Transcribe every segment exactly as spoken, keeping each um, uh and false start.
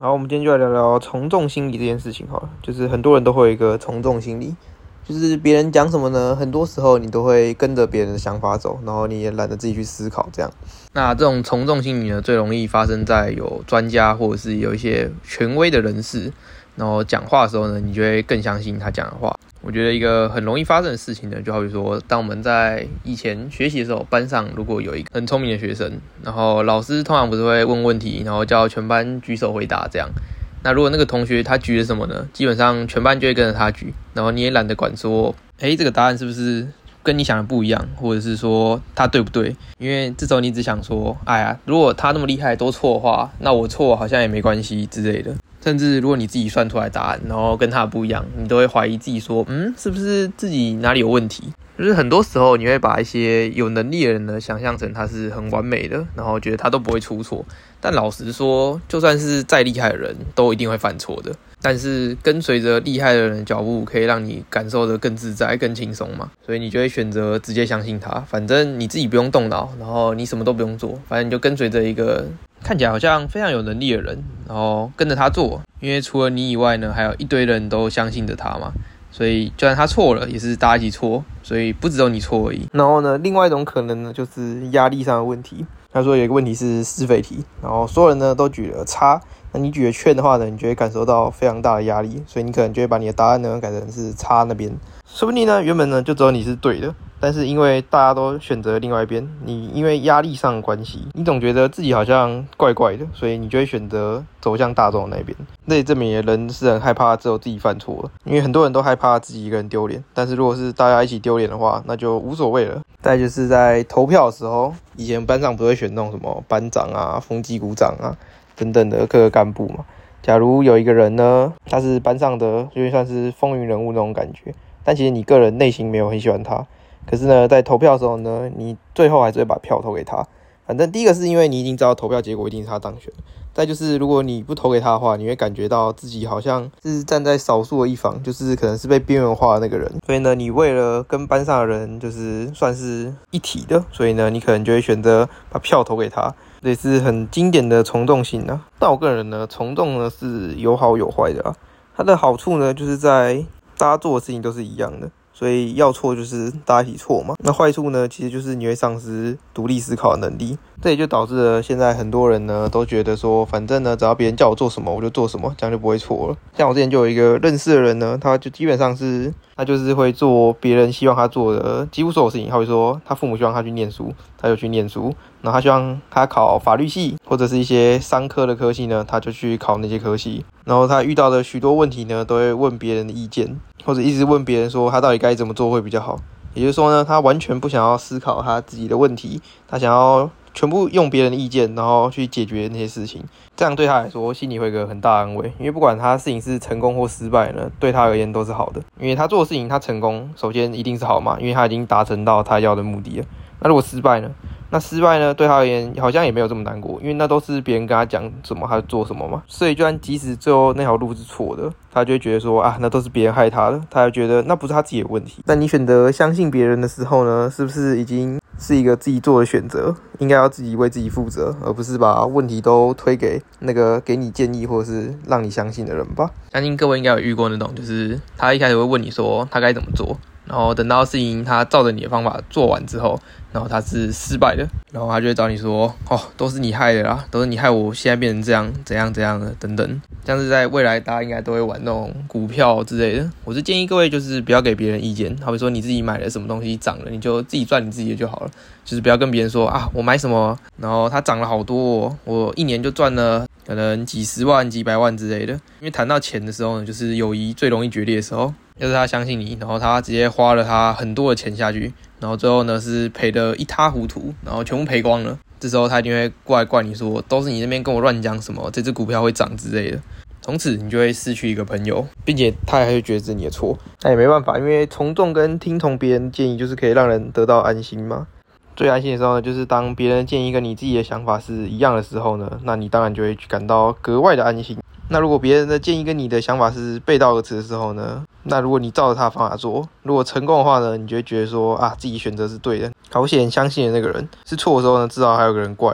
然后我们今天就来聊聊从众心理这件事情好了，就是很多人都会有一个从众心理，就是别人讲什么呢，很多时候你都会跟着别人的想法走，然后你也懒得自己去思考这样。那这种从众心理呢，最容易发生在有专家或者是有一些权威的人士，然后讲话的时候呢，你就会更相信他讲的话。我觉得一个很容易发生的事情呢，就好比说，当我们在以前学习的时候，班上如果有一个很聪明的学生，然后老师通常不是会问问题，然后叫全班举手回答这样。那如果那个同学他举了什么呢？基本上全班就会跟着他举，然后你也懒得管说，诶，这个答案是不是跟你想的不一样，或者是说他对不对？因为这时候你只想说，哎呀，如果他那么厉害都错的话，那我错好像也没关系之类的。甚至如果你自己算出来答案，然后跟他不一样，你都会怀疑自己说，嗯，是不是自己哪里有问题？就是很多时候你会把一些有能力的人呢，想象成他是很完美的，然后觉得他都不会出错。但老实说，就算是再厉害的人，都一定会犯错的。但是跟随着厉害的人的脚步，可以让你感受得更自在、更轻松嘛。所以你就会选择直接相信他，反正你自己不用动脑，然后你什么都不用做，反正你就跟随着一个看起来好像非常有能力的人，然后跟着他做。因为除了你以外呢，还有一堆人都相信着他嘛。所以就算他错了，也是大家一起错，所以不只有你错而已。然后呢，另外一种可能呢，就是压力上的问题。他说有一个问题是是非题，然后所有人呢都举了叉，那你举了圈的话呢，你就会感受到非常大的压力，所以你可能就会把你的答案呢改成是叉那边。说不定呢，原本呢就只有你是对的，但是因为大家都选择另外一边，你因为压力上的关系，你总觉得自己好像怪怪的，所以你就会选择走向大众的那边。这也证明人是很害怕只有自己犯错了，因为很多人都害怕自己一个人丢脸，但是如果是大家一起丢脸的话，那就无所谓了。再就是在投票的时候，以前班上不会选那种什么班长啊、风纪股长啊等等的各个干部嘛。假如有一个人呢，他是班上的，就算是风云人物那种感觉，但其实你个人内心没有很喜欢他，可是呢，在投票的时候呢，你最后还是会把票投给他。反正第一个是因为你已经知道投票结果一定是他当选，再就是如果你不投给他的话，你会感觉到自己好像是站在少数的一方，就是可能是被边缘化的那个人。所以呢，你为了跟班上的人就是算是一体的，所以呢，你可能就会选择把票投给他。这也是很经典的从众性啊。但我个人呢，从众呢是有好有坏的啊。它的好处呢，就是在大家做的事情都是一样的，所以要错就是大家一起错嘛。那坏处呢，其实就是你会丧失独立思考的能力。这也就导致了现在很多人呢都觉得说，反正呢只要别人叫我做什么我就做什么，这样就不会错了。像我之前就有一个认识的人呢，他就基本上是他就是会做别人希望他做的几乎所有事情。好比说他父母希望他去念书，他就去念书，然后他希望他考法律系或者是一些商科的科系呢，他就去考那些科系。然后他遇到的许多问题呢，都会问别人的意见，或者一直问别人说他到底该怎么做会比较好。也就是说呢，他完全不想要思考他自己的问题，他想要全部用别人的意见，然后去解决那些事情。这样对他来说，心里会有一个很大的安慰，因为不管他事情是成功或失败呢，对他而言都是好的。因为他做的事情，他成功，首先一定是好嘛，因为他已经达成到他要的目的了。那如果失败呢？那失败呢，对他而言好像也没有这么难过，因为那都是别人跟他讲什么，他就做什么嘛。所以就算即使最后那条路是错的，他就会觉得说啊，那都是别人害他的，他就觉得那不是他自己的问题。但你选择相信别人的时候呢，是不是已经是一个自己做的选择？应该要自己为自己负责，而不是把问题都推给那个给你建议或者是让你相信的人吧。相信各位应该有遇过那种，就是他一开始会问你说他该怎么做，然后等到事情他照着你的方法做完之后，然后他是失败的，然后他就会找你说，哦，都是你害的啦，都是你害我现在变成这样，怎样怎样的等等。像是在未来大家应该都会玩那种股票之类的，我是建议各位就是不要给别人意见，好比说你自己买了什么东西涨了，你就自己赚你自己的就好了，就是不要跟别人说啊我买什么，然后它涨了好多哦，我一年就赚了可能几十万几百万之类的。因为谈到钱的时候呢，就是友谊最容易决裂的时候。要是他相信你，然后他直接花了他很多的钱下去，然后最后呢是赔得一塌糊涂，然后全部赔光了，这时候他一定会过来怪你说都是你那边跟我乱讲什么这只股票会涨之类的。从此你就会失去一个朋友，并且他还会觉得是你的错。那也没办法，因为从众跟听从别人建议就是可以让人得到安心嘛。最安心的时候呢，就是当别人的建议跟你自己的想法是一样的时候呢，那你当然就会感到格外的安心。那如果别人的建议跟你的想法是背道而驰的时候呢，那如果你照着他的方法做，如果成功的话呢，你就会觉得说啊，自己选择是对的，好险相信的那个人是错的时候呢，至少还有个人怪啦。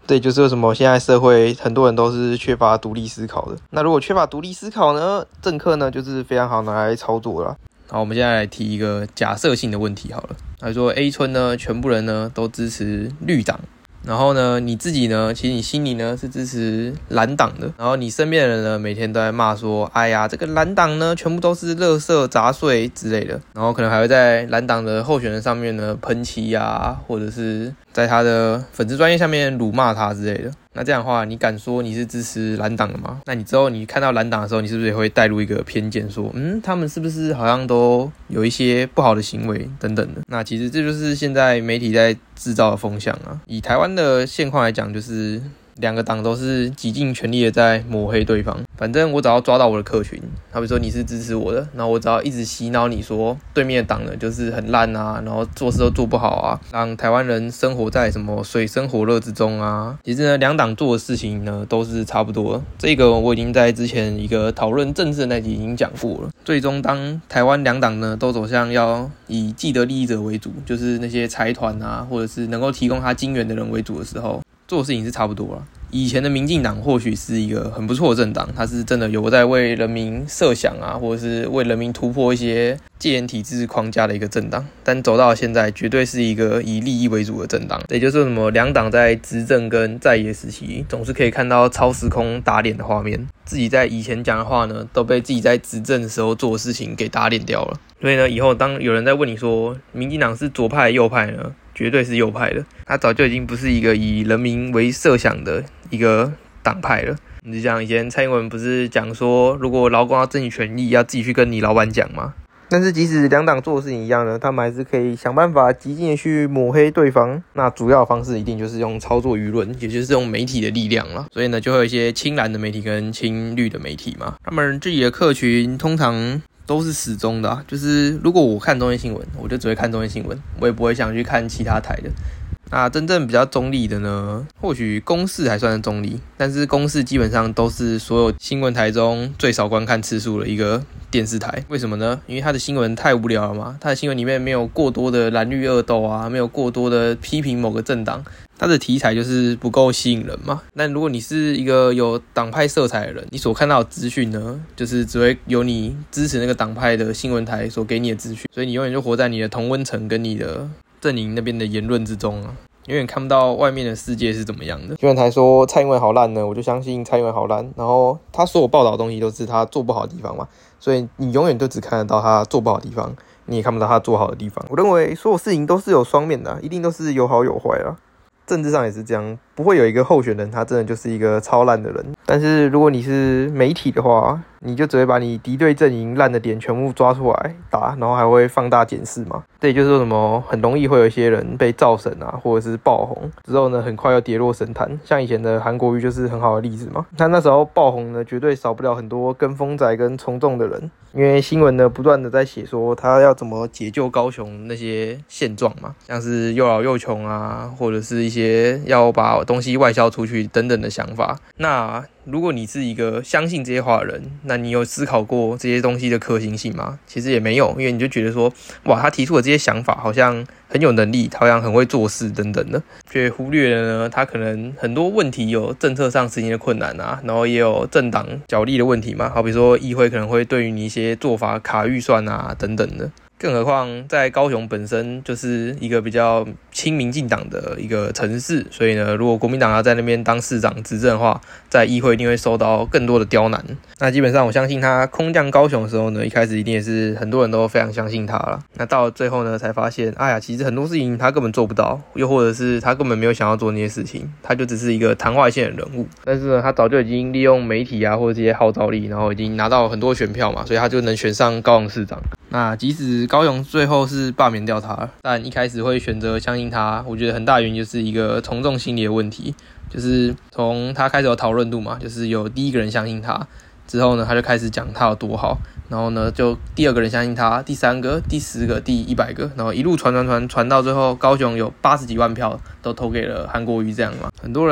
这也就是为什么现在社会很多人都是缺乏独立思考的。那如果缺乏独立思考呢，政客呢就是非常好拿来操作了。好，我们现在来提一个假设性的问题好了。他说 A 村呢，全部人呢都支持绿党。然后呢，你自己呢，其实你心里呢是支持蓝党的，然后你身边的人呢，每天都在骂说，哎呀，这个蓝党呢，全部都是垃圾杂碎之类的，然后可能还会在蓝党的候选人上面呢喷漆啊，或者是在他的粉丝专页下面辱骂他之类的。那这样的话，你敢说你是支持蓝党的吗？那你之后你看到蓝党的时候，你是不是也会带入一个偏见，说，嗯，他们是不是好像都有一些不好的行为等等的？那其实这就是现在媒体在制造的风向啊。以台湾的现况来讲，就是两个党都是极尽全力的在抹黑对方。反正我只要抓到我的客群，好比说你是支持我的，然后我只要一直洗脑你说对面的党呢就是很烂啊，然后做事都做不好啊，让台湾人生活在什么水深火热之中啊。其实呢，两党做的事情呢都是差不多的。这个我已经在之前一个讨论政治的那集已经讲过了。最终当台湾两党呢都走向要以既得利益者为主，就是那些财团啊，或者是能够提供他金援的人为主的时候，做的事情是差不多了。以前的民进党或许是一个很不错的政党，它是真的有在为人民设想啊，或者是为人民突破一些戒严体制框架的一个政党，但走到现在绝对是一个以利益为主的政党。也就是什么两党在执政跟在野时期总是可以看到超时空打脸的画面，自己在以前讲的话呢都被自己在执政的时候做的事情给打脸掉了。所以呢，以后当有人在问你说民进党是左派右派呢，绝对是右派的，他早就已经不是一个以人民为设想的一个党派了。你就像以前蔡英文不是讲说，如果劳工要争取权益，要自己去跟你老板讲吗？但是即使两党做的事情一样呢，他们还是可以想办法极尽的去抹黑对方。那主要的方式一定就是用操作舆论，也就是用媒体的力量啦。所以呢，就会有一些亲蓝的媒体跟亲绿的媒体嘛，他们自己的客群通常都是死忠的啊，就是如果我看中间新闻，我就只会看中间新闻，我也不会想去看其他台的。那真正比较中立的呢，或许公视还算是中立，但是公视基本上都是所有新闻台中最少观看次数的一个电视台。为什么呢？因为它的新闻太无聊了嘛，它的新闻里面没有过多的蓝绿恶斗啊，没有过多的批评某个政党，它的题材就是不够吸引人嘛。但如果你是一个有党派色彩的人，你所看到的资讯呢，就是只会有你支持那个党派的新闻台所给你的资讯，所以你永远就活在你的同温层跟你的阵营那边的言论之中啊，永远看不到外面的世界是怎么样的。新闻台说蔡英文好烂呢，我就相信蔡英文好烂，然后他所有报道的东西都是他做不好的地方嘛，所以你永远都只看得到他做不好的地方，你也看不到他做好的地方。我认为所有事情都是有双面的啊，一定都是有好有坏啊。政治上也是这样，不会有一个候选人他真的就是一个超烂的人。但是如果你是媒体的话，你就只会把你敌对阵营烂的点全部抓出来打，然后还会放大检视嘛。这也就是说什么很容易会有一些人被造神啊，或者是爆红之后呢，很快又跌落神坛。像以前的韩国瑜就是很好的例子嘛。他那时候爆红呢，绝对少不了很多跟风仔跟从众的人，因为新闻呢不断的在写说他要怎么解救高雄那些现状嘛，像是又老又穷啊，或者是一些要把东西外销出去等等的想法。那如果你是一个相信这些话的人，那你有思考过这些东西的可行性吗？其实也没有，因为你就觉得说，哇，他提出的这些想法好像很有能力，他好像很会做事等等的，却忽略了呢，他可能很多问题有政策上实行的困难啊，然后也有政党角力的问题嘛，好比说议会可能会对于你一些做法卡预算啊等等的。更何况在高雄本身就是一个比较亲民进党的一个城市，所以呢，如果国民党要在那边当市长执政的话，在议会一定会受到更多的刁难。那基本上我相信他空降高雄的时候呢，一开始一定也是很多人都非常相信他了。那到了最后呢，才发现，哎呀，其实很多事情他根本做不到，又或者是他根本没有想要做那些事情，他就只是一个昙花一现的人物。但是呢，他早就已经利用媒体啊或者这些号召力，然后已经拿到很多选票嘛，所以他就能选上高雄市长。那即使高雄最后是罢免掉他，但一开始会选择相信他，我觉得很大原因就是一个从众心理的问题，就是从他开始有讨论度嘛，就是有第一个人相信他之后呢，他就开始讲他有多好，然后呢，就第二个人相信他，第三个、第十个、第一百个，然后一路传传传传到最后，高雄有八十几万票都投给了韩国瑜这样嘛。很多人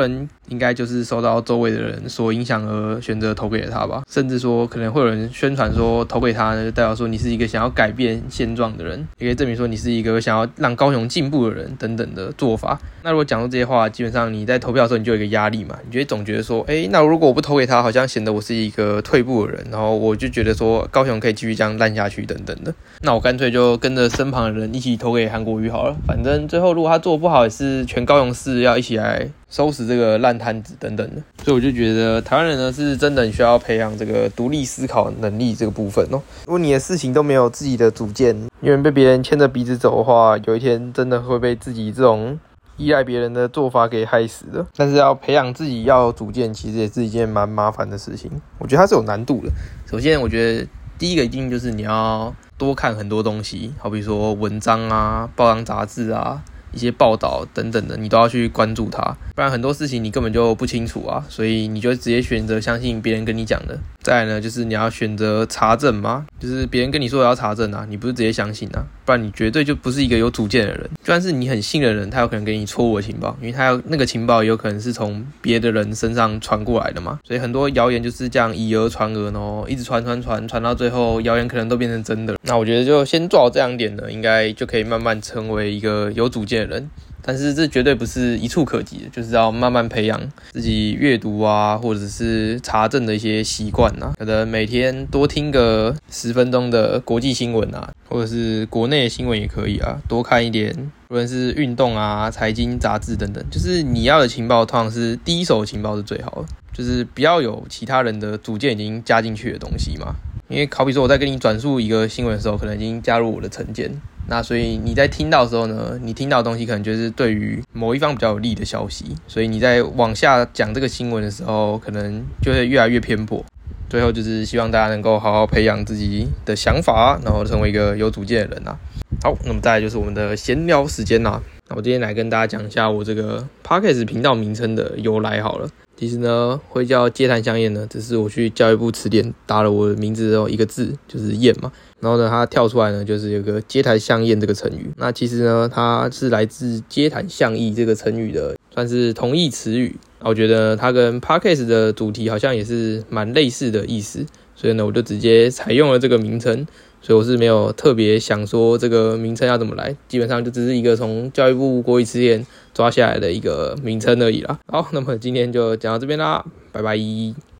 应该就是受到周围的人所影响而选择投给了他吧。甚至说可能会有人宣传说投给他呢，就代表说你是一个想要改变现状的人，也可以证明说你是一个想要让高雄进步的人等等的做法。那如果讲到这些话，基本上你在投票的时候你就有一个压力嘛，你就会总觉得说，哎，那如果我不投给他，好像显得我是一个退步的人，然后我就觉得说高雄可以继续这样烂下去等等的。那我干脆就跟着身旁的人一起投给韩国瑜好了，反正最后如果他做不好，也是全高雄市要一起来收拾这个烂摊子等等的。所以我就觉得台湾人呢是真的很需要培养这个独立思考能力这个部分哦。如果你的事情都没有自己的主见，因为被别人牵着鼻子走的话，有一天真的会被自己这种依赖别人的做法给害死的。但是要培养自己要有主见，其实也是一件蛮麻烦的事情，我觉得它是有难度的。首先我觉得第一个一定就是你要多看很多东西，好比说文章啊、报章杂志啊、一些报道等等的，你都要去关注它，不然很多事情你根本就不清楚啊，所以你就直接选择相信别人跟你讲的。再来呢，就是你要选择查证嘛，就是别人跟你说要查证啊，你不是直接相信啊，不然你绝对就不是一个有主见的人。就算是你很信的人，他有可能给你错误的情报，因为他有那个情报也有可能是从别的人身上传过来的嘛，所以很多谣言就是这样以讹传讹，然后一直传传传传到最后，谣言可能都变成真的。那我觉得就先做好这两点呢，应该就可以慢慢成为一个有主见的人。但是这绝对不是一触可及的，就是要慢慢培养自己阅读啊，或者是查证的一些习惯啊。可能每天多听个十分钟的国际新闻啊，或者是国内的新闻也可以啊，多看一点，无论是运动啊、财经杂志等等，就是你要的情报通常是第一手的情报是最好的，就是不要有其他人的主见已经加进去的东西嘛。因为好比说我在跟你转述一个新闻的时候，可能已经加入我的成见，那所以你在听到的时候呢，你听到的东西可能就是对于某一方比较有利的消息，所以你在往下讲这个新闻的时候，可能就会越来越偏颇。最后就是希望大家能够好好培养自己的想法，然后成为一个有主见的人啊。好，那么再来就是我们的闲聊时间啦。那我今天来跟大家讲一下我这个 Podcast 频道名称的由来好了。其实呢，会叫街谈巷宴呢，只是我去教育部词典打了我的名字之后一个字，就是宴嘛。然后呢，它跳出来呢，就是有个街谈巷宴这个成语。那其实呢，它是来自街谈巷议这个成语的，算是同义词语。我觉得它跟 Podcast 的主题好像也是蛮类似的意思，所以呢，我就直接采用了这个名称。所以我是没有特别想说这个名称要怎么来，基本上就只是一个从教育部国语词典抓下来的一个名称而已啦。好，那么今天就讲到这边啦，拜拜。